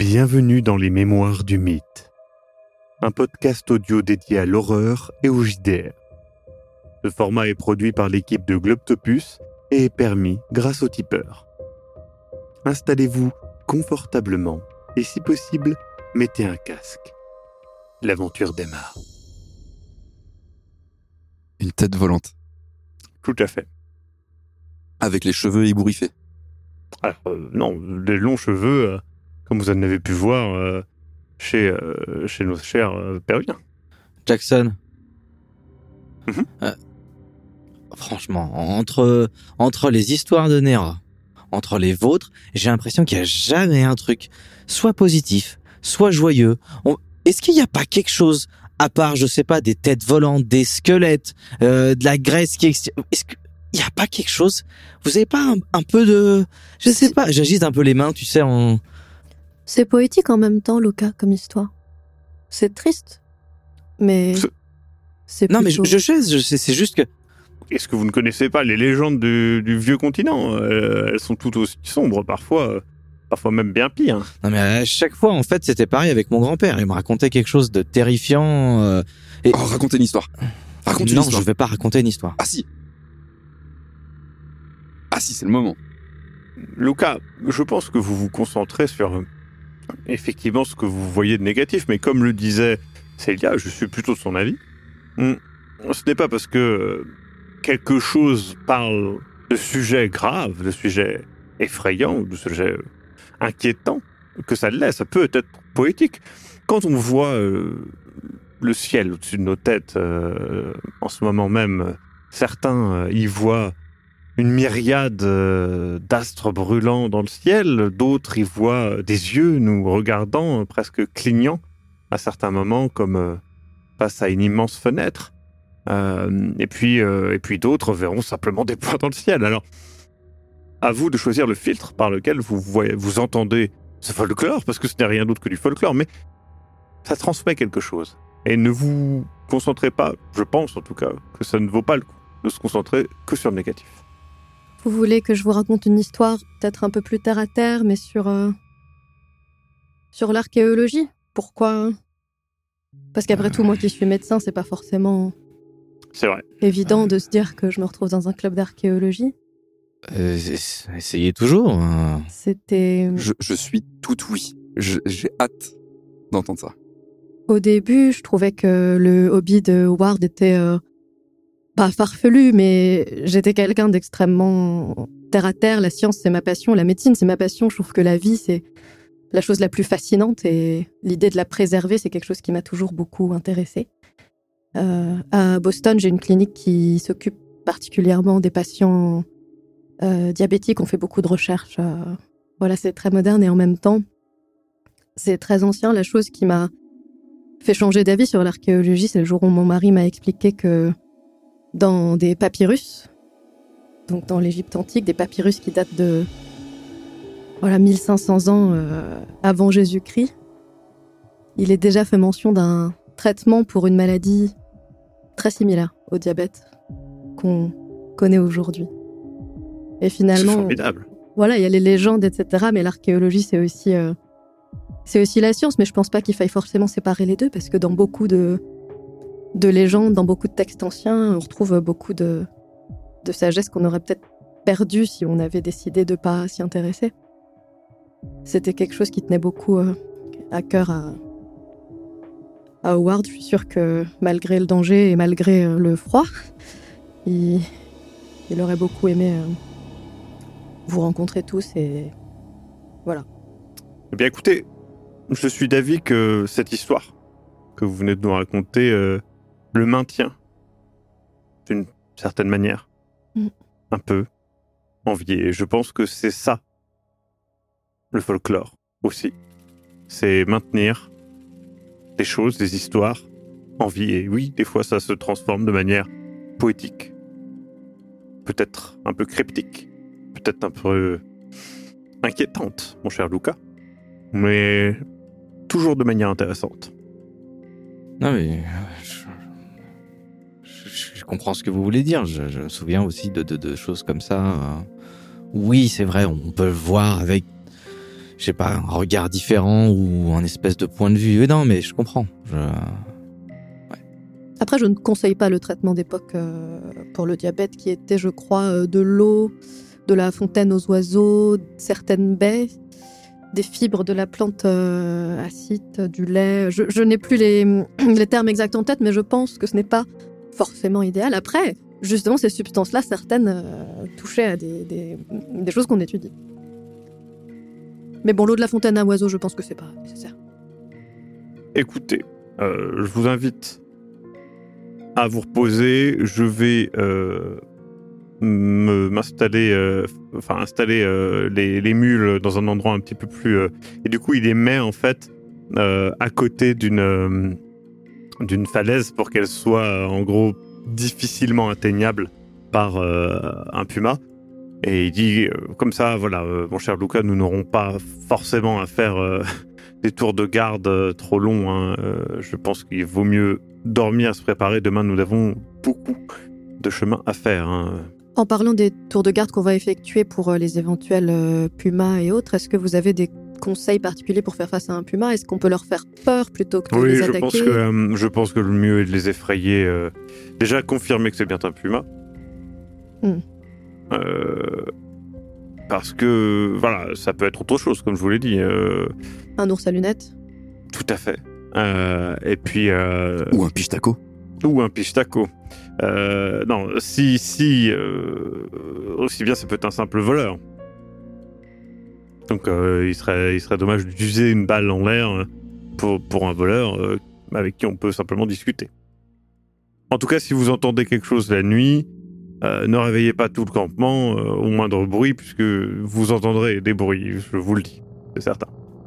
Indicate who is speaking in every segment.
Speaker 1: Bienvenue dans les Mémoires du Mythe, un podcast audio dédié à l'horreur et au JDR. Ce format est produit par l'équipe de Globtopus et est permis grâce au tipeur. Installez-vous confortablement et si possible, mettez un casque. L'aventure démarre.
Speaker 2: Une tête volante.
Speaker 1: Tout à fait.
Speaker 2: Avec les cheveux ébouriffés.
Speaker 1: Alors, non, des longs cheveux, comme vous en avez pu voir chez nos chers Péruviens.
Speaker 3: Jackson. Franchement, entre les histoires de Nera, entre les vôtres, j'ai l'impression qu'il n'y a jamais un truc soit positif, soit joyeux. Est-ce qu'il n'y a pas quelque chose, à part, je sais pas, des têtes volantes, des squelettes, de la graisse qui... Est-ce qu'il n'y a pas quelque chose? Vous avez pas un peu de... Je sais pas, j'agite un peu les mains, tu sais, en...
Speaker 4: C'est poétique en même temps, Luca, comme histoire. C'est triste, mais... C'est
Speaker 3: Non,
Speaker 4: plutôt...
Speaker 3: mais je sais, c'est juste que...
Speaker 1: Est-ce que vous ne connaissez pas les légendes du vieux continent? Elles sont tout aussi sombres, parfois même bien pires.
Speaker 3: Non, mais à chaque fois, en fait, c'était pareil avec mon grand-père. Il me racontait quelque chose de terrifiant.
Speaker 2: Oh, racontez une histoire. Raconte une
Speaker 3: non,
Speaker 2: histoire.
Speaker 3: je vais pas raconter une histoire.
Speaker 2: Ah si. Ah si, c'est le moment.
Speaker 1: Luca, je pense que vous vous concentrez sur effectivement ce que vous voyez de négatif, mais comme le disait Célia, je suis plutôt de son avis. Ce n'est pas parce que quelque chose parle de sujets graves, de sujets effrayants, ou de sujets inquiétants, que ça l'est. Ça peut être poétique. Quand on voit le ciel au-dessus de nos têtes, en ce moment même, certains y voient une myriade d'astres brûlants dans le ciel, d'autres y voient des yeux nous regardant, presque clignant à certains moments, comme face à une immense fenêtre. Et puis d'autres verront simplement des points dans le ciel. Alors, à vous de choisir le filtre par lequel vous entendez ce folklore, parce que ce n'est rien d'autre que du folklore, mais ça transmet quelque chose. Et ne vous concentrez pas, je pense en tout cas, que ça ne vaut pas le coup de se concentrer que sur le négatif.
Speaker 4: Vous voulez que je vous raconte une histoire, peut-être un peu plus terre à terre, mais sur l'archéologie? Pourquoi? Parce qu'après tout, moi qui suis médecin, c'est pas forcément
Speaker 1: C'est vrai.
Speaker 4: évident de se dire que je me retrouve dans un club d'archéologie.
Speaker 3: Essayez toujours.
Speaker 4: C'était...
Speaker 2: Je suis tout oui. J'ai hâte d'entendre ça.
Speaker 4: Au début, je trouvais que le hobby de Howard était pas farfelu, mais j'étais quelqu'un d'extrêmement terre à terre. La science, c'est ma passion. La médecine, c'est ma passion. Je trouve que la vie, c'est la chose la plus fascinante et l'idée de la préserver, c'est quelque chose qui m'a toujours beaucoup intéressée. À Boston, j'ai une clinique qui s'occupe particulièrement des patients diabétiques. On fait beaucoup de recherches. Voilà, c'est très moderne et en même temps, c'est très ancien. La chose qui m'a fait changer d'avis sur l'archéologie, c'est le jour où mon mari m'a expliqué que dans des papyrus, donc dans l'Égypte antique, des papyrus qui datent de 1500 ans avant Jésus-Christ, il est déjà fait mention d'un traitement pour une maladie très similaire au diabète qu'on connaît aujourd'hui. Et finalement,
Speaker 1: C'est formidable.
Speaker 4: Voilà, il y a les légendes, etc. Mais l'archéologie, c'est aussi la science. Mais je pense pas qu'il faille forcément séparer les deux, parce que dans beaucoup de légendes, dans beaucoup de textes anciens, on retrouve beaucoup de sagesse qu'on aurait peut-être perdue si on avait décidé de pas s'y intéresser. C'était quelque chose qui tenait beaucoup à cœur à Howard. Je suis sûre que malgré le danger et malgré le froid, il aurait beaucoup aimé vous rencontrer tous et voilà.
Speaker 1: Eh bien écoutez, je suis d'avis que cette histoire que vous venez de nous raconter le maintient d'une certaine manière, un peu en vie. Et je pense que c'est ça, le folklore aussi. C'est maintenir des choses, des histoires en vie. Et oui, des fois ça se transforme de manière poétique, peut-être un peu cryptique, peut-être un peu inquiétante, mon cher Luca, mais toujours de manière intéressante.
Speaker 3: Non, mais je comprends ce que vous voulez dire. Je me souviens aussi de choses comme ça. Oui, c'est vrai, on peut le voir avec je sais pas, un regard différent ou un espèce de point de vue. Non, mais je comprends.
Speaker 4: Après, je ne conseille pas le traitement d'époque pour le diabète qui était, je crois, de l'eau, de la fontaine aux oiseaux, certaines baies, des fibres de la plante acide, du lait. Je n'ai plus les termes exacts en tête, mais je pense que ce n'est pas forcément idéal. Après, justement, ces substances-là, certaines touchaient à des choses qu'on étudie. Mais bon, l'eau de la fontaine à oiseaux, je pense que c'est pas nécessaire.
Speaker 1: Écoutez, je vous invite à vous reposer. Je vais installer les mules dans un endroit un petit peu plus... et du coup, il les met en fait à côté d'une falaise pour qu'elle soit en gros difficilement atteignable par un puma. Et il dit, comme ça, voilà, mon cher Luca, nous n'aurons pas forcément à faire des tours de garde trop longs. Hein. Je pense qu'il vaut mieux dormir, se préparer. Demain, nous avons beaucoup de chemin à faire. Hein.
Speaker 4: En parlant des tours de garde qu'on va effectuer pour les éventuels pumas et autres, est-ce que vous avez des conseils particuliers pour faire face à un puma ? Est-ce qu'on peut leur faire peur plutôt que de les attaquer ?
Speaker 1: Je pense que le mieux est de les effrayer. Déjà, confirmer que c'est bien un puma. Parce que, voilà, ça peut être autre chose, comme je vous l'ai dit.
Speaker 4: Un ours à lunettes ?
Speaker 1: Tout à fait. Et puis...
Speaker 2: Ou un piche-taco.
Speaker 1: Ou un piche-taco. Non, aussi bien ça peut être un simple voleur. Donc il serait dommage d'user une balle en l'air pour un voleur avec qui on peut simplement discuter. En tout cas, si vous entendez quelque chose la nuit, ne réveillez pas tout le campement au moindre bruit, puisque vous entendrez des bruits, je vous le dis, c'est certain.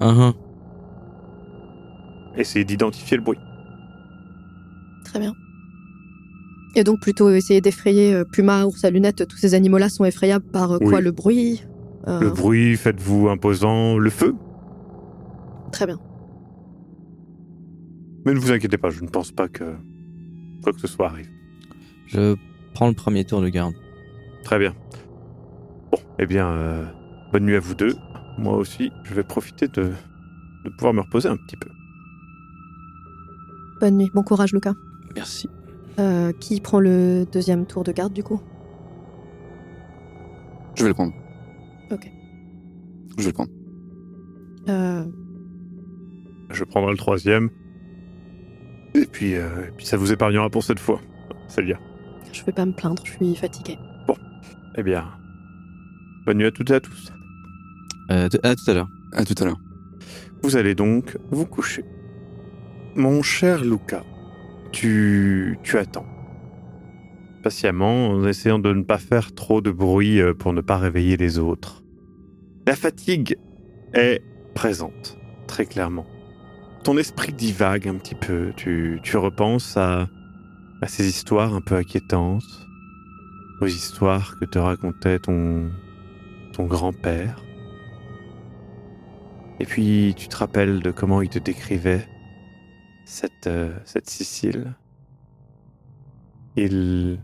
Speaker 1: Essayez d'identifier le bruit.
Speaker 4: Très bien. Et donc plutôt essayer d'effrayer puma, ours à lunettes, tous ces animaux-là sont effrayables par quoi ?
Speaker 1: Oui.
Speaker 4: Le bruit
Speaker 1: Le bruit, faites-vous imposant, le feu.
Speaker 4: Très bien.
Speaker 1: Mais ne vous inquiétez pas, je ne pense pas que quoi que ce soit arrive.
Speaker 3: Je prends le premier tour de garde.
Speaker 1: Très bien. Bon, eh bien, bonne nuit à vous deux. Moi aussi, je vais profiter de pouvoir me reposer un petit peu.
Speaker 4: Bonne nuit. Bon courage, Luca.
Speaker 3: Merci.
Speaker 4: Qui prend le deuxième tour de garde, du coup ?
Speaker 2: Je vais le prendre.
Speaker 4: Ok.
Speaker 2: Je vais le prendre.
Speaker 1: Je prendrai le troisième. Et puis ça vous épargnera pour cette fois, Célia.
Speaker 4: Je vais pas me plaindre, je suis fatiguée.
Speaker 1: Bon, eh bien, bonne nuit à toutes et à tous.
Speaker 3: À tout à l'heure.
Speaker 2: À tout à l'heure.
Speaker 1: Vous allez donc vous coucher. Mon cher Luca, tu attends. Patiemment, en essayant de ne pas faire trop de bruit pour ne pas réveiller les autres. La fatigue est présente, très clairement. Ton esprit divague un petit peu, tu repenses à ces histoires un peu inquiétantes, aux histoires que te racontait ton grand-père. Et puis tu te rappelles de comment il te décrivait cette Sicile. Il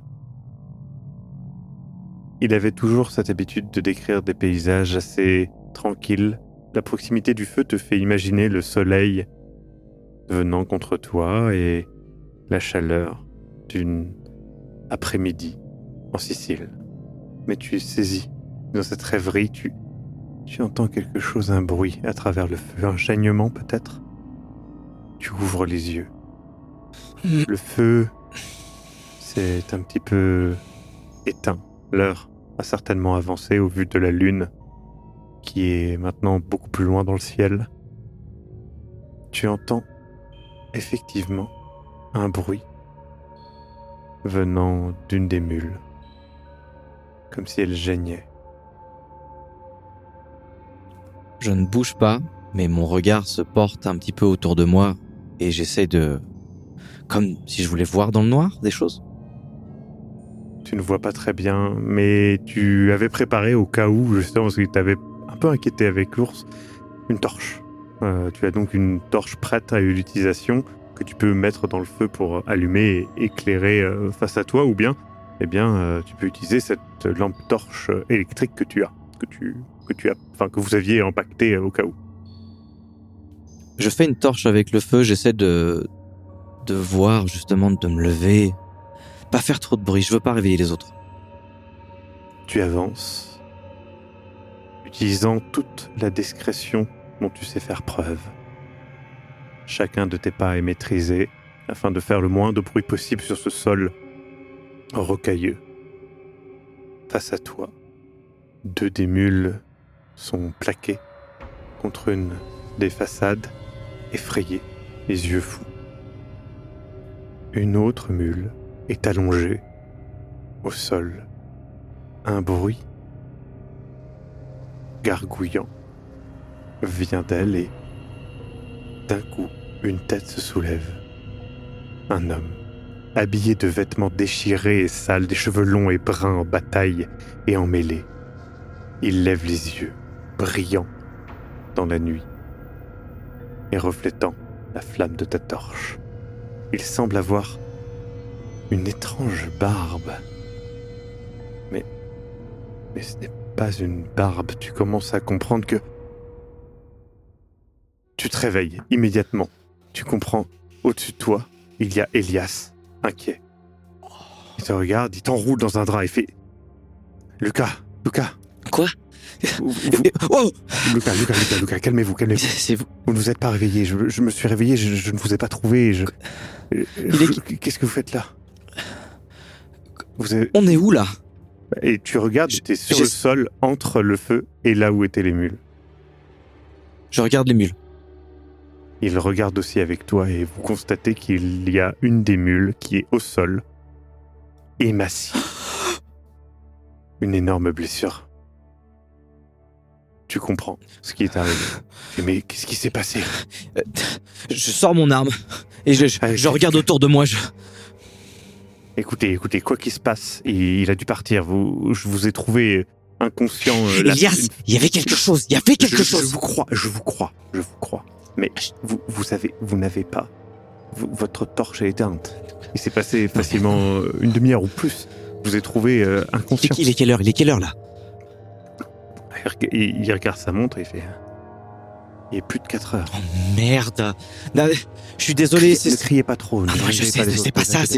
Speaker 1: avait toujours cette habitude de décrire des paysages assez tranquilles. La proximité du feu te fait imaginer le soleil venant contre toi et la chaleur d'une après-midi en Sicile. Mais tu es saisi dans cette rêverie, tu entends quelque chose, un bruit à travers le feu, un gênement peut-être. Tu ouvres les yeux. Le feu s'est un petit peu éteint. L'heure a certainement avancé au vu de la lune, qui est maintenant beaucoup plus loin dans le ciel. Tu entends effectivement un bruit venant d'une des mules, comme si elle geignait.
Speaker 3: Je ne bouge pas, mais mon regard se porte un petit peu autour de moi et j'essaie de... comme si je voulais voir dans le noir des choses.
Speaker 1: Tu ne vois pas très bien, mais tu avais préparé au cas où, justement, parce que tu t'avais un peu inquiété avec l'ours, une torche. Tu as donc une torche prête à l'utilisation que tu peux mettre dans le feu pour allumer et éclairer face à toi, ou bien, tu peux utiliser cette lampe torche électrique que tu as. que vous aviez empaquetées au cas où.
Speaker 3: Je fais une torche avec le feu, j'essaie de voir, justement, de me lever. Pas faire trop de bruit, je veux pas réveiller les autres.
Speaker 1: Tu avances, utilisant toute la discrétion dont tu sais faire preuve. Chacun de tes pas est maîtrisé afin de faire le moins de bruit possible sur ce sol rocailleux. Face à toi, 2 des mules sont plaquées contre une des façades, effrayées, les yeux fous. Une autre mule est allongée au sol. Un bruit gargouillant vient d'elle et d'un coup, une tête se soulève. Un homme, habillé de vêtements déchirés et sales, des cheveux longs et bruns en bataille et en mêlée. Il lève les yeux, brillants dans la nuit et reflétant la flamme de ta torche. Il semble avoir une étrange barbe. Mais ce n'est pas une barbe. Tu commences à comprendre que... Tu te réveilles immédiatement. Tu comprends, au-dessus de toi, il y a Elias, inquiet. Il te regarde, il t'enroule dans un drap et fait... Lucas.
Speaker 3: Quoi?
Speaker 1: Oh Lucas, calmez-vous.
Speaker 3: C'est vous.
Speaker 1: Vous ne vous êtes pas réveillé. Je me suis réveillé, je ne vous ai pas trouvé. Qu'est-ce que vous faites là?
Speaker 3: On est où, là?
Speaker 1: Et tu regardes, t'es sur le sol, entre le feu et là où étaient les mules.
Speaker 3: Je regarde les mules.
Speaker 1: Il regarde aussi avec toi et vous constatez qu'il y a une des mules qui est au sol, émaciée. Une énorme blessure. Tu comprends ce qui est arrivé. Mais qu'est-ce qui s'est passé?
Speaker 3: Je sors mon arme et je regarde autour de moi.
Speaker 1: Écoutez, quoi qu'il se passe, il a dû partir. Je vous ai trouvé inconscient.
Speaker 3: Elias, il y avait quelque chose. Il y avait quelque chose.
Speaker 1: Je vous crois. Mais vous savez, vous n'avez pas... votre torche est éteinte. Il s'est passé facilement une demi-heure ou plus. Je vous ai trouvé inconscient.
Speaker 3: Il est quelle heure, là?
Speaker 1: Il regarde sa montre et il fait... Il est plus de 4 heures.
Speaker 3: Oh merde. Non, je suis désolé.
Speaker 1: Ne criez pas trop.
Speaker 3: Je sais, c'est pas ça.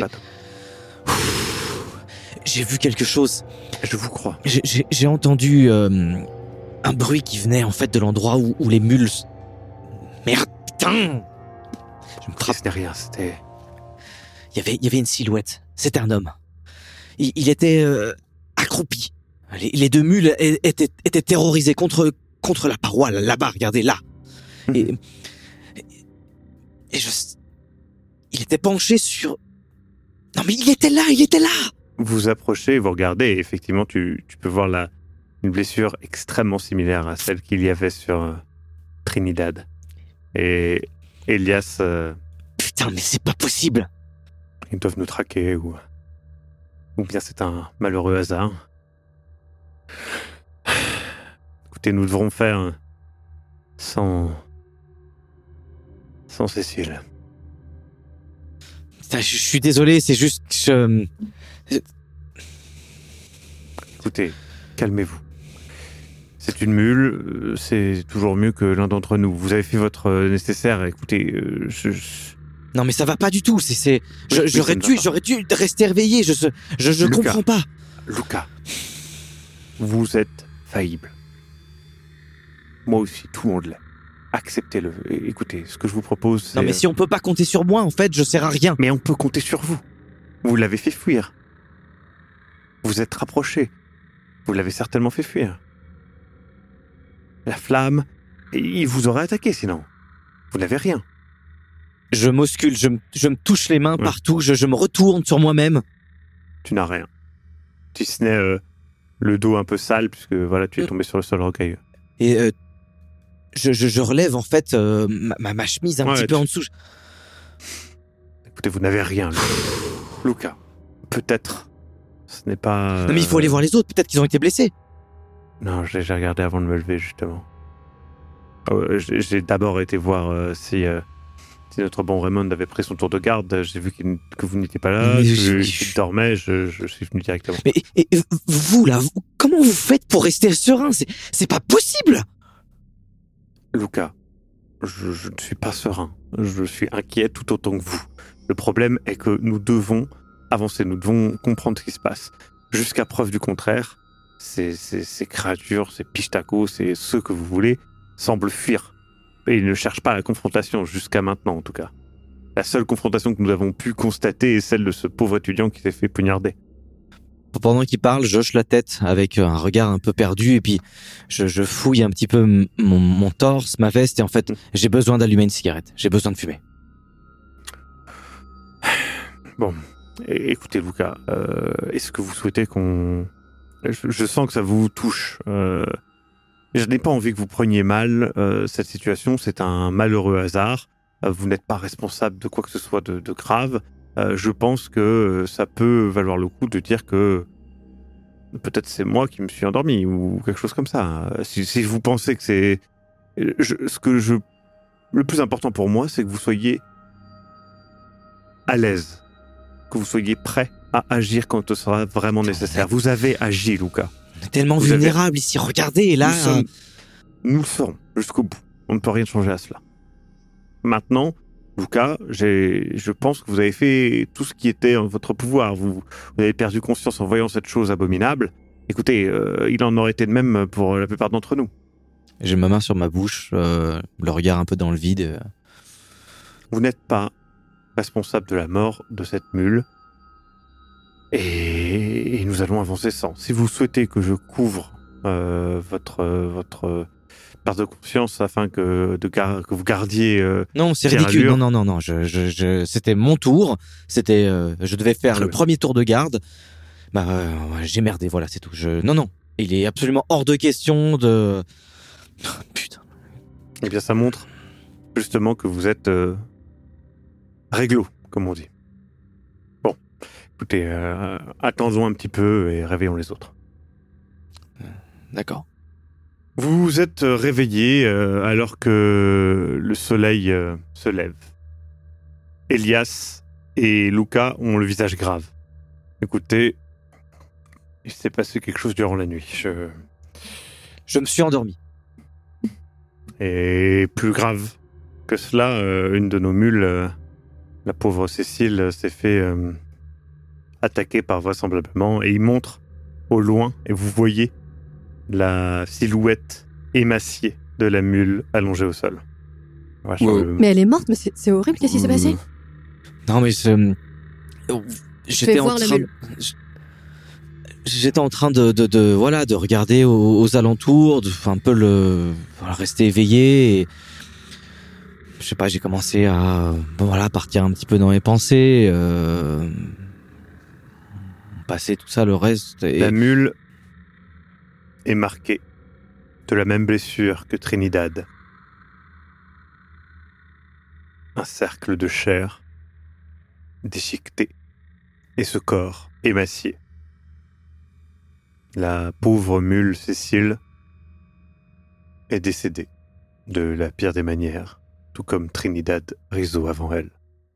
Speaker 3: J'ai vu quelque chose.
Speaker 1: Je vous crois.
Speaker 3: J'ai entendu un bruit qui venait en fait de l'endroit où les mules... Merde, putain! Je me frappe.
Speaker 1: Ce n'est rien, c'était...
Speaker 3: Il y avait une silhouette. C'était un homme. Il était accroupi. Les 2 mules étaient terrorisées contre la paroi, là-bas, regardez, là. Et il était penché sur... Non mais il était là!
Speaker 1: Vous approchez, vous regardez, et effectivement, tu peux voir une blessure extrêmement similaire à celle qu'il y avait sur Trinidad. Et Elias...
Speaker 3: Putain, mais c'est pas possible!
Speaker 1: Ils doivent nous traquer, ou bien c'est un malheureux hasard. Écoutez, nous devrons faire sans Cécile.
Speaker 3: Je suis désolé, c'est juste que
Speaker 1: Écoutez, calmez-vous. C'est une mule, c'est toujours mieux que l'un d'entre nous. Vous avez fait votre nécessaire, écoutez,
Speaker 3: Non mais ça va pas du tout, j'aurais dû rester réveillé, je comprends pas.
Speaker 1: Lucas, vous êtes faillible. Moi aussi, tout le monde l'est. Acceptez-le. Écoutez, ce que je vous propose, c'est...
Speaker 3: Non mais si on peut pas compter sur moi, en fait, je sers à rien.
Speaker 1: Mais on peut compter sur vous. Vous l'avez fait fuir. Vous êtes rapprochés. Vous l'avez certainement fait fuir. La flamme, il vous aurait attaqué sinon. Vous n'avez rien.
Speaker 3: Je m'auscule, je me touche les mains partout, je me retourne sur moi-même.
Speaker 1: Tu n'as rien. Si ce n'est le dos un peu sale, puisque voilà, tu es tombé sur le sol rocailleux.
Speaker 3: Et je relève en fait ma chemise un petit peu en dessous.
Speaker 1: Écoutez, vous n'avez rien, Lucas. Peut-être, ce n'est pas...
Speaker 3: Non mais il faut aller voir les autres, peut-être qu'ils ont été blessés.
Speaker 1: Non, j'ai regardé avant de me lever, justement. J'ai d'abord été voir si Si notre bon Raymond avait pris son tour de garde, j'ai vu que vous n'étiez pas là,
Speaker 3: Mais
Speaker 1: qu'il dormait, je suis venu directement.
Speaker 3: Mais et vous, là, comment vous faites pour rester serein ? C'est pas possible !
Speaker 1: Luca, je ne suis pas serein. Je suis inquiet tout autant que vous. Le problème est que nous devons avancer, nous devons comprendre ce qui se passe. Jusqu'à preuve du contraire, ces créatures, ces pichtacos, c'est ceux que vous voulez, semblent fuir. Et ils ne cherchent pas la confrontation, jusqu'à maintenant en tout cas. La seule confrontation que nous avons pu constater est celle de ce pauvre étudiant qui s'est fait poignarder.
Speaker 3: Pendant qu'il parle, j'hoche la tête avec un regard un peu perdu et puis je fouille un petit peu mon torse, ma veste et en fait, j'ai besoin d'allumer une cigarette. J'ai besoin de fumer.
Speaker 1: Bon, écoutez Luca, est-ce que vous souhaitez qu'on... Je sens que ça vous touche. Je n'ai pas envie que vous preniez mal cette situation, c'est un malheureux hasard. Vous n'êtes pas responsable de quoi que ce soit de grave. Je pense que ça peut valoir le coup de dire que peut-être c'est moi qui me suis endormi ou quelque chose comme ça. Si vous pensez que c'est... Le plus important pour moi, c'est que vous soyez à l'aise, que vous soyez prêt à agir quand ce sera vraiment nécessaire. Vous avez agi, Luca.
Speaker 3: On est tellement vulnérables ici, regardez, et là...
Speaker 1: Nous le serons jusqu'au bout. On ne peut rien changer à cela. Maintenant, Luca, je pense que vous avez fait tout ce qui était en votre pouvoir. Vous avez perdu conscience en voyant cette chose abominable. Écoutez, il en aurait été de même pour la plupart d'entre nous.
Speaker 3: J'ai ma main sur ma bouche, le regard un peu dans le vide.
Speaker 1: Vous n'êtes pas responsable de la mort de cette mule. Et nous allons avancer sans. Si vous souhaitez que je couvre votre perte de conscience afin que vous gardiez...
Speaker 3: non, c'est ridicule. Non. C'était mon tour. Je devais faire le premier tour de garde. J'ai merdé, voilà, c'est tout. Non. Il est absolument hors de question de... Putain.
Speaker 1: Eh bien, ça montre justement que vous êtes réglo, comme on dit. Bon, écoutez, attendons un petit peu et réveillons les autres.
Speaker 3: D'accord.
Speaker 1: Vous vous êtes réveillé alors que le soleil se lève. Elias et Luca ont le visage grave. Écoutez, il s'est passé quelque chose durant la nuit.
Speaker 3: Je me suis endormi.
Speaker 1: Et plus grave que cela, une de nos mules, la pauvre Cécile, s'est fait attaquer par vraisemblablement. Et il montre au loin, et vous voyez la silhouette émaciée de la mule allongée au sol.
Speaker 4: Mais elle est morte, mais c'est horrible, qu'est-ce qui s'est passé ?
Speaker 3: Non, mais j'étais en train de regarder aux alentours, de un peu rester éveillé. Et, je sais pas, j'ai commencé à partir un petit peu dans mes pensées, passer tout ça, le reste. Et...
Speaker 1: La mule est marquée de la même blessure que Trinidad. Un cercle de chair déchiqueté et ce corps émacié. La pauvre mule Cécile est décédée de la pire des manières, tout comme Trinidad Rizzo avant elle.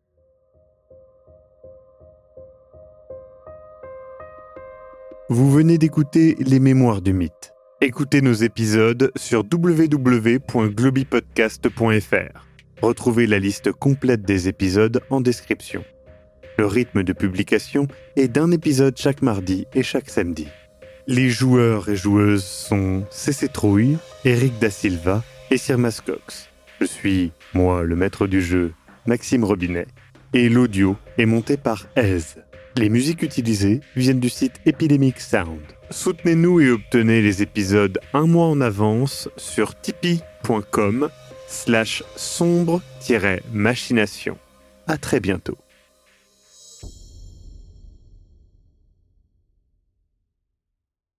Speaker 1: Vous venez d'écouter Les Mémoires du Mythe. Écoutez nos épisodes sur www.globipodcast.fr. Retrouvez la liste complète des épisodes en description. Le rythme de publication est d'un épisode chaque mardi et chaque samedi. Les joueurs et joueuses sont CC Trouille, Eric Da Silva et Sir Mascox. Je suis, moi, le maître du jeu, Maxime Robinet, et l'audio est monté par Ez. Les musiques utilisées viennent du site Epidemic Sound. Soutenez-nous et obtenez les épisodes un mois en avance sur tipeee.com/sombre-machination. À très bientôt.